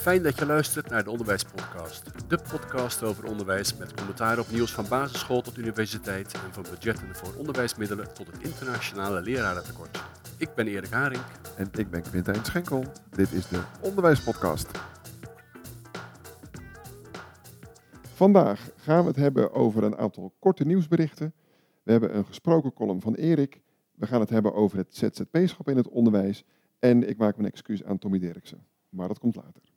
Fijn dat je luistert naar de Onderwijspodcast. De podcast over onderwijs met commentaar op nieuws van basisschool tot universiteit en van budgetten voor onderwijsmiddelen tot het internationale lerarentekort. Ik ben Erik Haring. En ik ben Quintijn Schenkel. Dit is de Onderwijspodcast. Vandaag gaan we het hebben over een aantal korte nieuwsberichten. We hebben een gesproken column van Erik. We gaan het hebben over het ZZP-schap in het onderwijs. En ik maak mijn excuus aan Tommy Derksen. Maar dat komt later.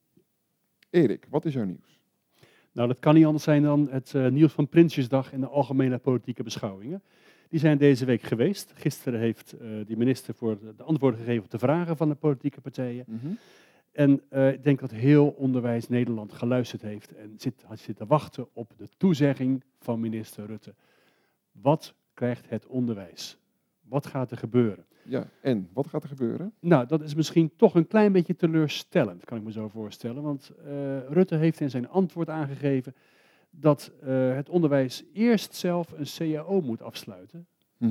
Erik, wat is jouw nieuws? Nou, dat kan niet anders zijn dan het nieuws van Prinsjesdag en de algemene politieke beschouwingen. Die zijn deze week geweest. Gisteren heeft de minister de antwoorden gegeven op de vragen van de politieke partijen. En ik denk dat heel onderwijs Nederland geluisterd heeft en zit te wachten op de toezegging van minister Rutte. Wat krijgt het onderwijs? Wat gaat er gebeuren? Ja, en wat gaat er gebeuren? Nou, dat is misschien toch een klein beetje teleurstellend, kan ik me zo voorstellen. Want Rutte heeft in zijn antwoord aangegeven dat het onderwijs eerst zelf een CAO moet afsluiten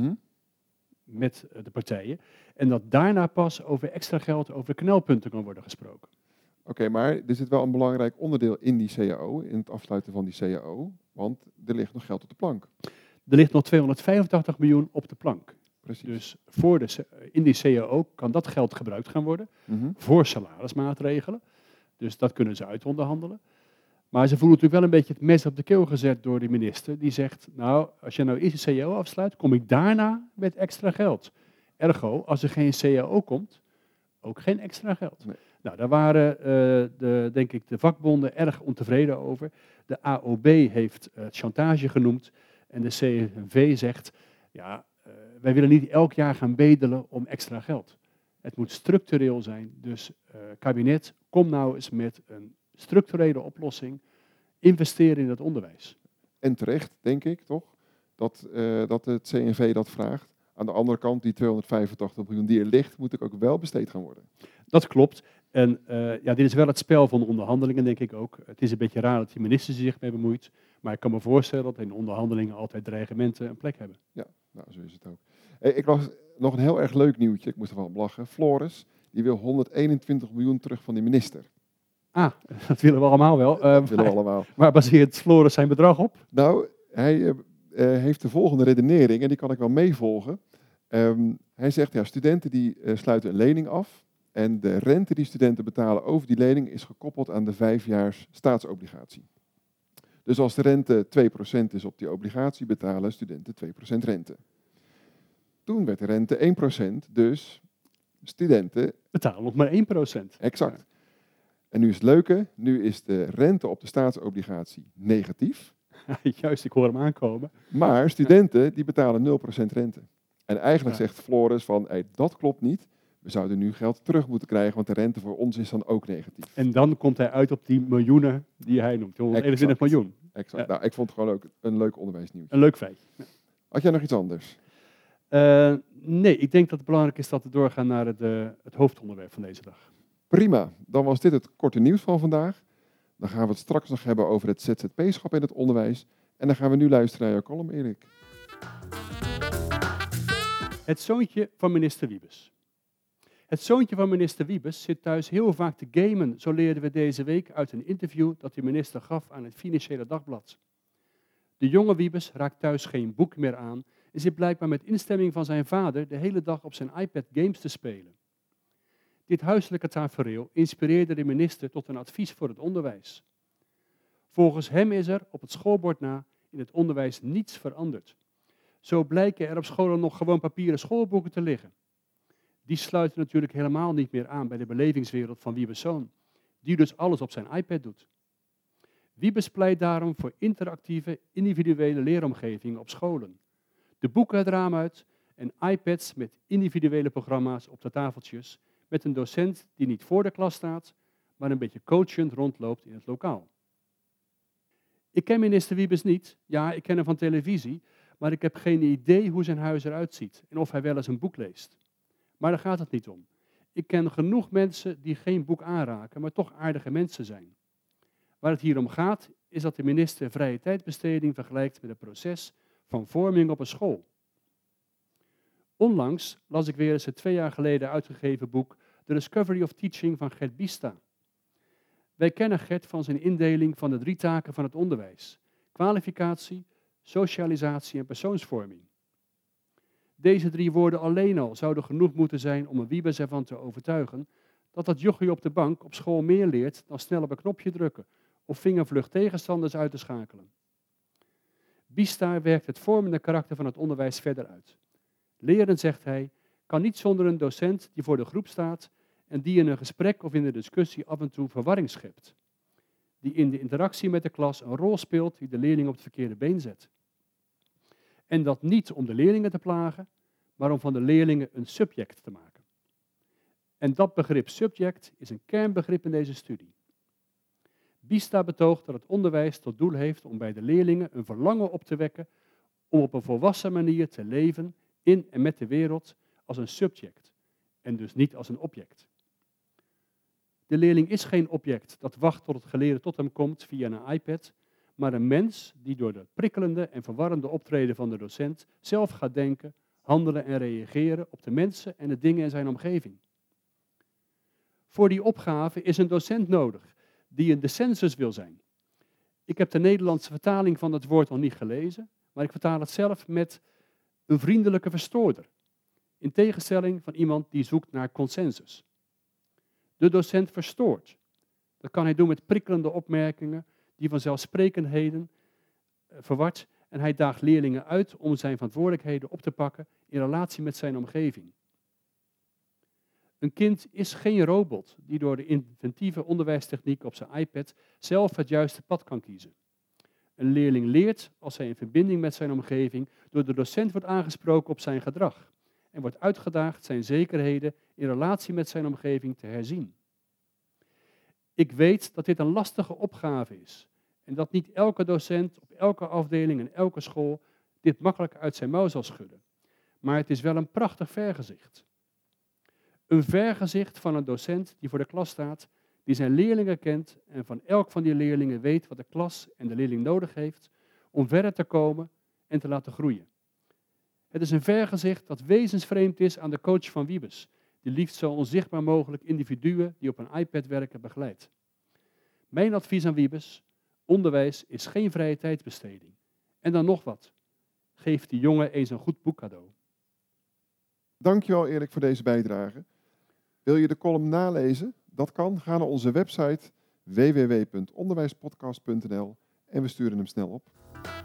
met de partijen. En dat daarna pas over extra geld, over knelpunten kan worden gesproken. Oké, maar er zit wel een belangrijk onderdeel in die CAO, in het afsluiten van die CAO. Want er ligt nog geld op de plank. Er ligt nog 285 miljoen op de plank. Precies. Dus in die CAO kan dat geld gebruikt gaan worden voor salarismaatregelen. Dus dat kunnen ze uitonderhandelen. Maar ze voelen natuurlijk wel een beetje het mes op de keel gezet door de minister. Die zegt, nou, als je nou eerst een CAO afsluit, kom ik daarna met extra geld. Ergo, als er geen CAO komt, ook geen extra geld. Nee. Nou, daar waren, denk ik, de vakbonden erg ontevreden over. De AOB heeft het chantage genoemd. En de CNV zegt, ja, wij willen niet elk jaar gaan bedelen om extra geld. Het moet structureel zijn. Dus kabinet, kom nou eens met een structurele oplossing. Investeren in het onderwijs. En terecht, denk ik, toch? Dat het CNV dat vraagt. Aan de andere kant, die 285 miljoen die er ligt, moet ook wel besteed gaan worden. Dat klopt. En dit is wel het spel van de onderhandelingen, denk ik ook. Het is een beetje raar dat die minister zich mee bemoeit. Maar ik kan me voorstellen dat in onderhandelingen altijd dreigementen een plek hebben. Ja, nou, zo is het ook. Ik las nog een heel erg leuk nieuwtje. Ik moest er wel om lachen. Floris, die wil 121 miljoen terug van de minister. Ah, dat willen we allemaal wel. Dat willen we allemaal. Waar baseert Floris zijn bedrag op? Nou, hij heeft de volgende redenering en die kan ik wel meevolgen. Hij zegt, ja, studenten die sluiten een lening af. En de rente die studenten betalen over die lening is gekoppeld aan de 5-jaars staatsobligatie. Dus als de rente 2% is op die obligatie, betalen studenten 2% rente. Toen werd de rente 1%, dus studenten... Betalen nog maar 1%. Exact. Ja. En nu is het leuke, nu is de rente op de staatsobligatie negatief. Juist, ik hoor hem aankomen. Maar studenten die betalen 0% rente. En eigenlijk zegt Floris van, hey, dat klopt niet. We zouden nu geld terug moeten krijgen, want de rente voor ons is dan ook negatief. En dan komt hij uit op die miljoenen die hij noemt. 121 miljoen. Exact. Ja. Nou, ik vond het gewoon ook een leuk onderwijsnieuwtje. Een leuk feitje. Ja. Had jij nog iets anders? Nee, ik denk dat het belangrijk is dat we doorgaan naar het hoofdonderwerp van deze dag. Prima, dan was dit het korte nieuws van vandaag. Dan gaan we het straks nog hebben over het ZZP-schap in het onderwijs. En dan gaan we nu luisteren naar jouw column, Erik. Het zoontje van minister Wiebes. Het zoontje van minister Wiebes zit thuis heel vaak te gamen, zo leerden we deze week uit een interview dat de minister gaf aan het Financiële Dagblad. De jonge Wiebes raakt thuis geen boek meer aan en zit blijkbaar met instemming van zijn vader de hele dag op zijn iPad games te spelen. Dit huiselijke tafereel inspireerde de minister tot een advies voor het onderwijs. Volgens hem is er op het schoolbord na in het onderwijs niets veranderd. Zo blijken er op scholen nog gewoon papieren schoolboeken te liggen. Die sluiten natuurlijk helemaal niet meer aan bij de belevingswereld van Wiebes zoon, die dus alles op zijn iPad doet. Wiebes pleit daarom voor interactieve, individuele leeromgevingen op scholen. De boeken het raam uit en iPads met individuele programma's op de tafeltjes, met een docent die niet voor de klas staat, maar een beetje coachend rondloopt in het lokaal. Ik ken minister Wiebes niet, ja, ik ken hem van televisie, maar ik heb geen idee hoe zijn huis eruit ziet en of hij wel eens een boek leest. Maar daar gaat het niet om. Ik ken genoeg mensen die geen boek aanraken, maar toch aardige mensen zijn. Waar het hier om gaat, is dat de minister vrije tijdbesteding vergelijkt met het proces van vorming op een school. Onlangs las ik weer eens het 2 jaar geleden uitgegeven boek The Discovery of Teaching van Gert Biesta. Wij kennen Gert van zijn indeling van de 3 taken van het onderwijs: kwalificatie, socialisatie en persoonsvorming. Deze 3 woorden alleen al zouden genoeg moeten zijn om een Wiebes ervan te overtuigen dat dat jochie op de bank op school meer leert dan snel op een knopje drukken of vingervlug tegenstanders uit te schakelen. Biestaar werkt het vormende karakter van het onderwijs verder uit. Leren, zegt hij, kan niet zonder een docent die voor de groep staat en die in een gesprek of in de discussie af en toe verwarring schept. Die in de interactie met de klas een rol speelt die de leerling op het verkeerde been zet. En dat niet om de leerlingen te plagen, maar om van de leerlingen een subject te maken. En dat begrip subject is een kernbegrip in deze studie. Biesta betoogt dat het onderwijs tot doel heeft om bij de leerlingen een verlangen op te wekken om op een volwassen manier te leven in en met de wereld als een subject en dus niet als een object. De leerling is geen object dat wacht tot het geleerde tot hem komt via een iPad, maar een mens die door de prikkelende en verwarrende optreden van de docent zelf gaat denken, handelen en reageren op de mensen en de dingen in zijn omgeving. Voor die opgave is een docent nodig die een dissensus wil zijn. Ik heb de Nederlandse vertaling van het woord nog niet gelezen, maar ik vertaal het zelf met een vriendelijke verstoorder, in tegenstelling van iemand die zoekt naar consensus. De docent verstoort. Dat kan hij doen met prikkelende opmerkingen die vanzelfsprekendheden verward en hij daagt leerlingen uit om zijn verantwoordelijkheden op te pakken in relatie met zijn omgeving. Een kind is geen robot die door de inventieve onderwijstechniek op zijn iPad zelf het juiste pad kan kiezen. Een leerling leert als hij in verbinding met zijn omgeving door de docent wordt aangesproken op zijn gedrag en wordt uitgedaagd zijn zekerheden in relatie met zijn omgeving te herzien. Ik weet dat dit een lastige opgave is en dat niet elke docent op elke afdeling en elke school dit makkelijk uit zijn mouw zal schudden. Maar het is wel een prachtig vergezicht. Een vergezicht van een docent die voor de klas staat, die zijn leerlingen kent en van elk van die leerlingen weet wat de klas en de leerling nodig heeft om verder te komen en te laten groeien. Het is een vergezicht dat wezensvreemd is aan de coach van Wiebes, die liefst zo onzichtbaar mogelijk individuen die op een iPad werken begeleidt. Mijn advies aan Wiebes: onderwijs is geen vrije tijdsbesteding. En dan nog wat. Geef die jongen eens een goed boek cadeau. Dankjewel Erik voor deze bijdrage. Wil je de column nalezen? Dat kan. Ga naar onze website www.onderwijspodcast.nl en we sturen hem snel op.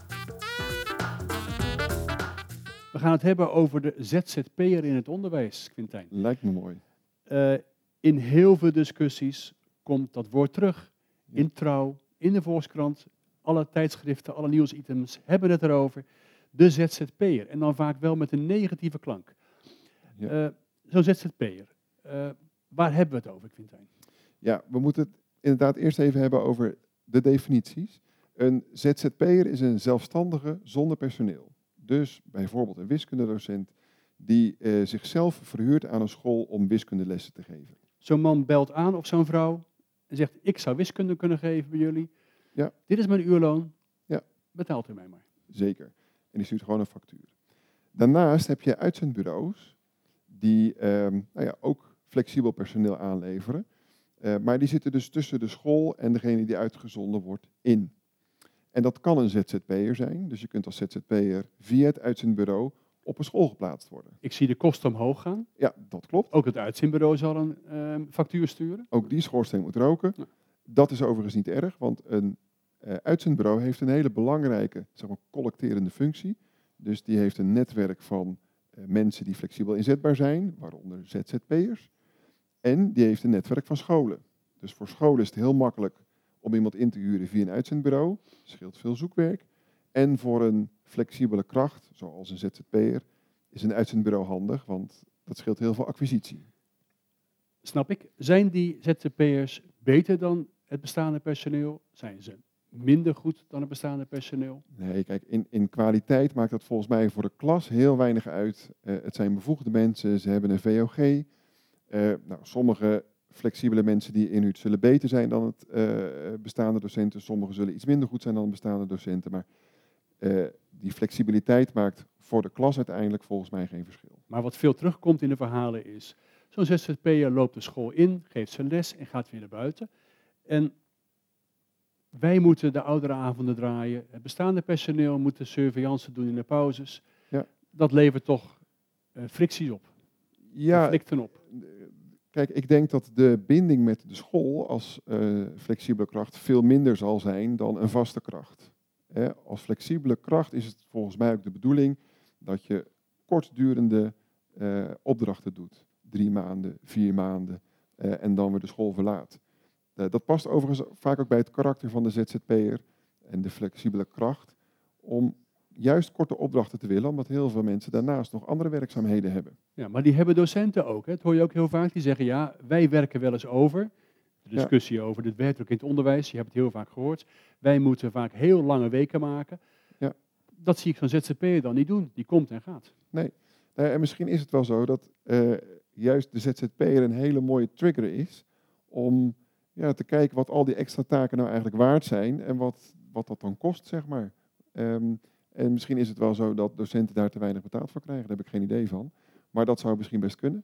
We gaan het hebben over de ZZP'er in het onderwijs, Quintijn. Lijkt me mooi. In heel veel discussies komt dat woord terug. Ja. In Trouw, in de Volkskrant, alle tijdschriften, alle nieuwsitems hebben het erover. De ZZP'er. En dan vaak wel met een negatieve klank. Ja. Zo'n ZZP'er. Waar hebben we het over, Quintijn? Ja, we moeten het inderdaad eerst even hebben over de definities. Een ZZP'er is een zelfstandige zonder personeel. Dus bijvoorbeeld een wiskundedocent die zichzelf verhuurt aan een school om wiskundelessen te geven. Zo'n man belt aan of zo'n vrouw en zegt: ik zou wiskunde kunnen geven bij jullie. Ja. Dit is mijn uurloon. Ja. Betaalt u mij maar. Zeker. En die stuurt gewoon een factuur. Daarnaast heb je uitzendbureaus die ook flexibel personeel aanleveren. Maar die zitten dus tussen de school en degene die uitgezonden wordt in. En dat kan een ZZP'er zijn. Dus je kunt als ZZP'er via het uitzendbureau op een school geplaatst worden. Ik zie de kosten omhoog gaan. Ja, dat klopt. Ook het uitzendbureau zal een factuur sturen. Ook die schoorsteen moet roken. Ja. Dat is overigens niet erg, want een uitzendbureau heeft een hele belangrijke, zeg maar, collecterende functie. Dus die heeft een netwerk van mensen die flexibel inzetbaar zijn, waaronder ZZP'ers. En die heeft een netwerk van scholen. Dus voor scholen is het heel makkelijk om iemand in te huren via een uitzendbureau. Scheelt veel zoekwerk. En voor een flexibele kracht, zoals een ZZP'er, is een uitzendbureau handig, want dat scheelt heel veel acquisitie. Snap ik. Zijn die ZZP'ers beter dan het bestaande personeel? Zijn ze minder goed dan het bestaande personeel? Nee, kijk, in kwaliteit maakt dat volgens mij voor de klas heel weinig uit. Het zijn bevoegde mensen, ze hebben een VOG. Sommige flexibele mensen die je inhuurt zullen beter zijn dan het bestaande docenten. Sommigen zullen iets minder goed zijn dan bestaande docenten. Maar die flexibiliteit maakt voor de klas uiteindelijk volgens mij geen verschil. Maar wat veel terugkomt in de verhalen is: zo'n ZZP'er loopt de school in, geeft zijn les en gaat weer naar buiten. En wij moeten de ouderenavonden draaien. Het bestaande personeel moet de surveillance doen in de pauzes. Ja. Dat levert toch fricties op, Ja, conflicten op. kijk, ik denk dat de binding met de school als flexibele kracht veel minder zal zijn dan een vaste kracht. Als flexibele kracht is het volgens mij ook de bedoeling dat je kortdurende opdrachten doet. 3 maanden, 4 maanden en dan weer de school verlaat. Dat past overigens vaak ook bij het karakter van de ZZP'er en de flexibele kracht om juist korte opdrachten te willen, omdat heel veel mensen daarnaast nog andere werkzaamheden hebben. Ja, maar die hebben docenten ook. Hè. Dat hoor je ook heel vaak. Die zeggen, ja, wij werken wel eens over. De discussie over dit werkt ook in het onderwijs. Je hebt het heel vaak gehoord. Wij moeten vaak heel lange weken maken. Ja. Dat zie ik zo'n ZZP'er dan niet doen. Die komt en gaat. Nee. En misschien is het wel zo dat juist de ZZP'er een hele mooie trigger is om te kijken wat al die extra taken nou eigenlijk waard zijn en wat dat dan kost, zeg maar. En misschien is het wel zo dat docenten daar te weinig betaald voor krijgen. Daar heb ik geen idee van. Maar dat zou misschien best kunnen.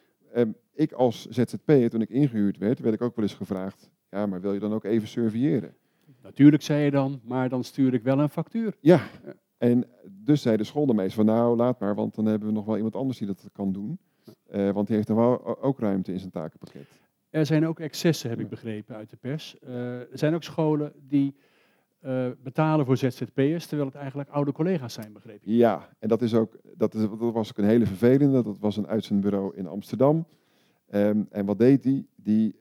Ik als ZZP'er, toen ik ingehuurd werd ik ook wel eens gevraagd, ja, maar wil je dan ook even surveilleren? Natuurlijk zei je dan, maar dan stuur ik wel een factuur. Ja, en dus zei de school ermee van nou, laat maar, want dan hebben we nog wel iemand anders die dat kan doen. Want die heeft dan wel ook ruimte in zijn takenpakket. Er zijn ook excessen, heb ik begrepen uit de pers. Er zijn ook scholen die betalen voor ZZP'ers, terwijl het eigenlijk oude collega's zijn, begreep ik. Ja, en dat was ook een hele vervelende. Dat was een uitzendbureau in Amsterdam. En wat deed die? Die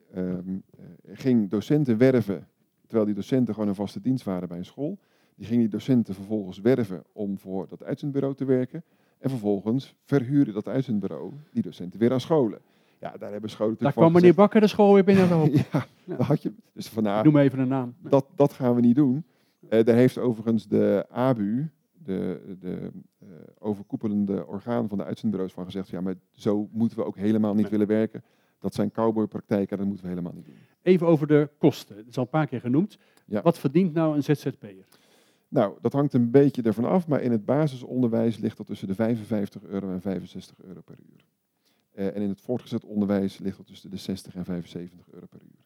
ging docenten werven, terwijl die docenten gewoon een vaste dienst waren bij een school. Die ging die docenten vervolgens werven om voor dat uitzendbureau te werken. En vervolgens verhuurde dat uitzendbureau die docenten weer aan scholen. Ja, daar hebben scholen Daar kwam meneer Bakker de school weer binnen lopen. Ja, daar had je. Dus Ik noem even een naam. Dat gaan we niet doen. Daar heeft overigens de ABU, de overkoepelende orgaan van de uitzendbureaus, van gezegd, ja, maar zo moeten we ook helemaal niet willen werken. Dat zijn cowboypraktijken, dat moeten we helemaal niet doen. Even over de kosten. Dat is al een paar keer genoemd. Ja. Wat verdient nou een ZZP'er? Nou, dat hangt een beetje ervan af, maar in het basisonderwijs ligt dat tussen de €65 en €65 per uur. En in het voortgezet onderwijs ligt dat tussen de €60 en €75 per uur.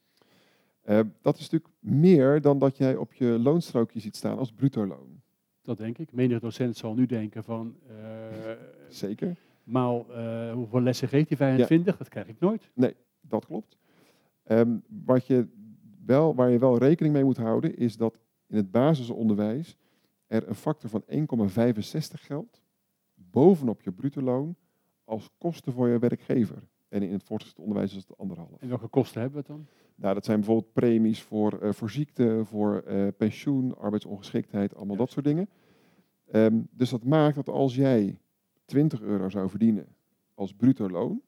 Dat is natuurlijk meer dan dat jij op je loonstrookje ziet staan als bruto loon. Dat denk ik. Menig docent zal nu denken van... Zeker. Maal, hoeveel lessen geeft hij? 25? Dat krijg ik nooit. Nee, dat klopt. Waar je wel rekening mee moet houden, is dat in het basisonderwijs er een factor van 1,65 geldt bovenop je bruto loon als kosten voor je werkgever. En in het voortgezet onderwijs is het 1,5. En welke kosten hebben we het dan? Nou, dat zijn bijvoorbeeld premies voor ziekte, voor pensioen, arbeidsongeschiktheid, allemaal dat soort dingen. Dus dat maakt dat als jij €20 zou verdienen als bruto loon,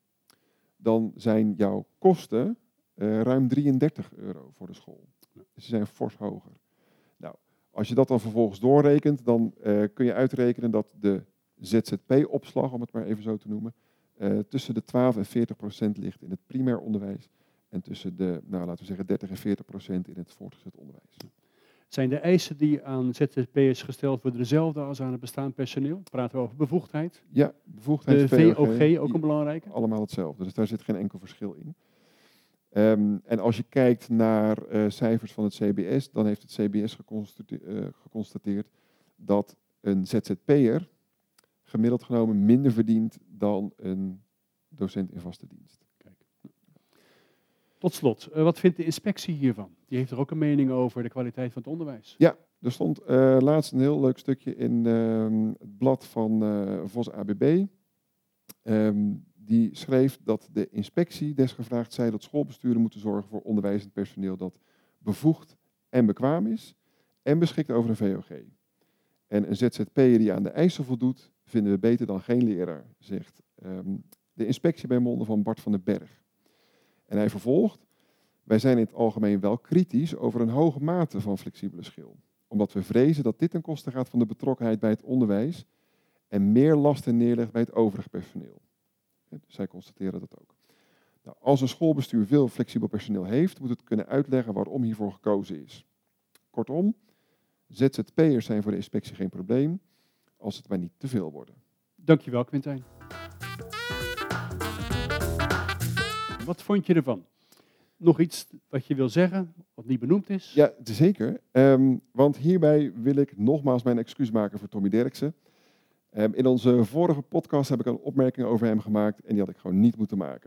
dan zijn jouw kosten ruim €33 voor de school. Dus die zijn fors hoger. Nou, als je dat dan vervolgens doorrekent, dan kun je uitrekenen dat de ZZP-opslag, om het maar even zo te noemen, tussen de 12 en 40% ligt in het primair onderwijs en tussen de, laten we zeggen, 30 en 40% in het voortgezet onderwijs. Zijn de eisen die aan ZZP'ers gesteld worden dezelfde als aan het bestaand personeel? Praten we over bevoegdheid? Ja, bevoegdheid. De VOG ook een belangrijke? Allemaal hetzelfde, dus daar zit geen enkel verschil in. En als je kijkt naar cijfers van het CBS, dan heeft het CBS geconstateerd dat een ZZP'er gemiddeld genomen minder verdient dan een docent in vaste dienst. Kijk. Tot slot, wat vindt de inspectie hiervan? Die heeft er ook een mening over de kwaliteit van het onderwijs. Ja, er stond laatst een heel leuk stukje in het blad van Vos ABB. Die schreef dat de inspectie desgevraagd zei dat schoolbesturen moeten zorgen voor onderwijzend personeel dat bevoegd en bekwaam is en beschikt over een VOG. En een ZZP'er die aan de eisen voldoet, vinden we beter dan geen leraar, zegt de inspectie bij monden van Bart van den Berg. En hij vervolgt, wij zijn in het algemeen wel kritisch over een hoge mate van flexibele schil. Omdat we vrezen dat dit ten koste gaat van de betrokkenheid bij het onderwijs en meer lasten neerlegt bij het overig personeel. Dus zij constateren dat ook. Nou, als een schoolbestuur veel flexibel personeel heeft, moet het kunnen uitleggen waarom hiervoor gekozen is. Kortom, ZZP'ers zijn voor de inspectie geen probleem, als het maar niet te veel worden. Dankjewel, Quintijn. Wat vond je ervan? Nog iets wat je wil zeggen, wat niet benoemd is? Ja, zeker. Want hierbij wil ik nogmaals mijn excuus maken voor Tommy Derksen. In onze vorige podcast heb ik een opmerking over hem gemaakt en die had ik gewoon niet moeten maken.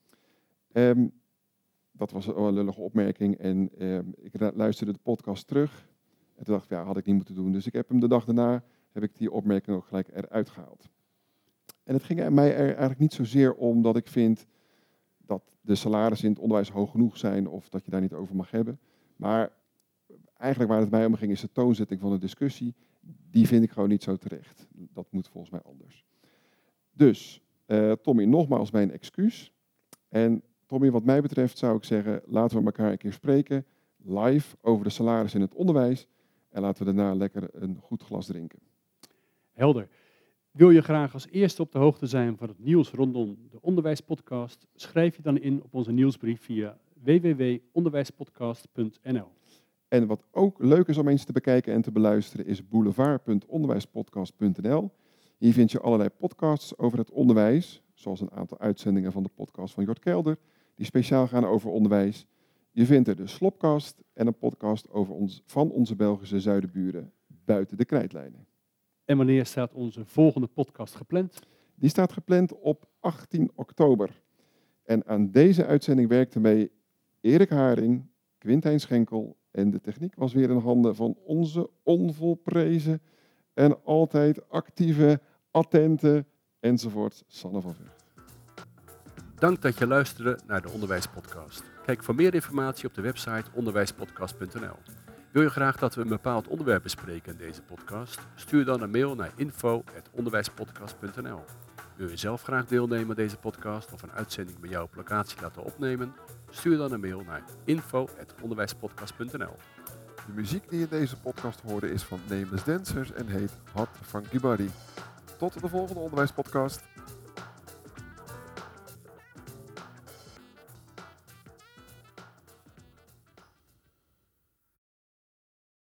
Dat was een lullige opmerking en ik luisterde de podcast terug. En toen dacht ik, had ik niet moeten doen. Dus ik heb hem de dag daarna, heb ik die opmerking ook gelijk eruit gehaald. En het ging mij er eigenlijk niet zozeer om dat ik vind dat de salarissen in het onderwijs hoog genoeg zijn of dat je daar niet over mag hebben. Maar eigenlijk waar het mij om ging is de toonzetting van de discussie. Die vind ik gewoon niet zo terecht. Dat moet volgens mij anders. Dus, Tommy, nogmaals mijn excuus. En Tommy, wat mij betreft zou ik zeggen, laten we elkaar een keer spreken, live, over de salarissen in het onderwijs. En laten we daarna lekker een goed glas drinken. Helder. Wil je graag als eerste op de hoogte zijn van het nieuws rondom de Onderwijspodcast? Schrijf je dan in op onze nieuwsbrief via www.onderwijspodcast.nl. En wat ook leuk is om eens te bekijken en te beluisteren is boulevard.onderwijspodcast.nl. Hier vind je allerlei podcasts over het onderwijs, zoals een aantal uitzendingen van de podcast van Jort Kelder, die speciaal gaan over onderwijs. Je vindt er de Slopcast en een podcast van onze Belgische zuidenburen buiten de krijtlijnen. En wanneer staat onze volgende podcast gepland? Die staat gepland op 18 oktober. En aan deze uitzending werkten mee Erik Haring, Quintijn Schenkel en de techniek was weer in handen van onze onvolprezen en altijd actieve, attente enzovoort Sanne van Vught. Dank dat je luisterde naar de Onderwijspodcast. Kijk voor meer informatie op de website onderwijspodcast.nl. Wil je graag dat we een bepaald onderwerp bespreken in deze podcast? Stuur dan een mail naar info@onderwijspodcast.nl. Wil je zelf graag deelnemen aan deze podcast of een uitzending bij jou op locatie laten opnemen? Stuur dan een mail naar info@onderwijspodcast.nl. De muziek die in deze podcast hoorde is van Nameless Dancers en heet Hot Funky Body. Tot de volgende Onderwijspodcast.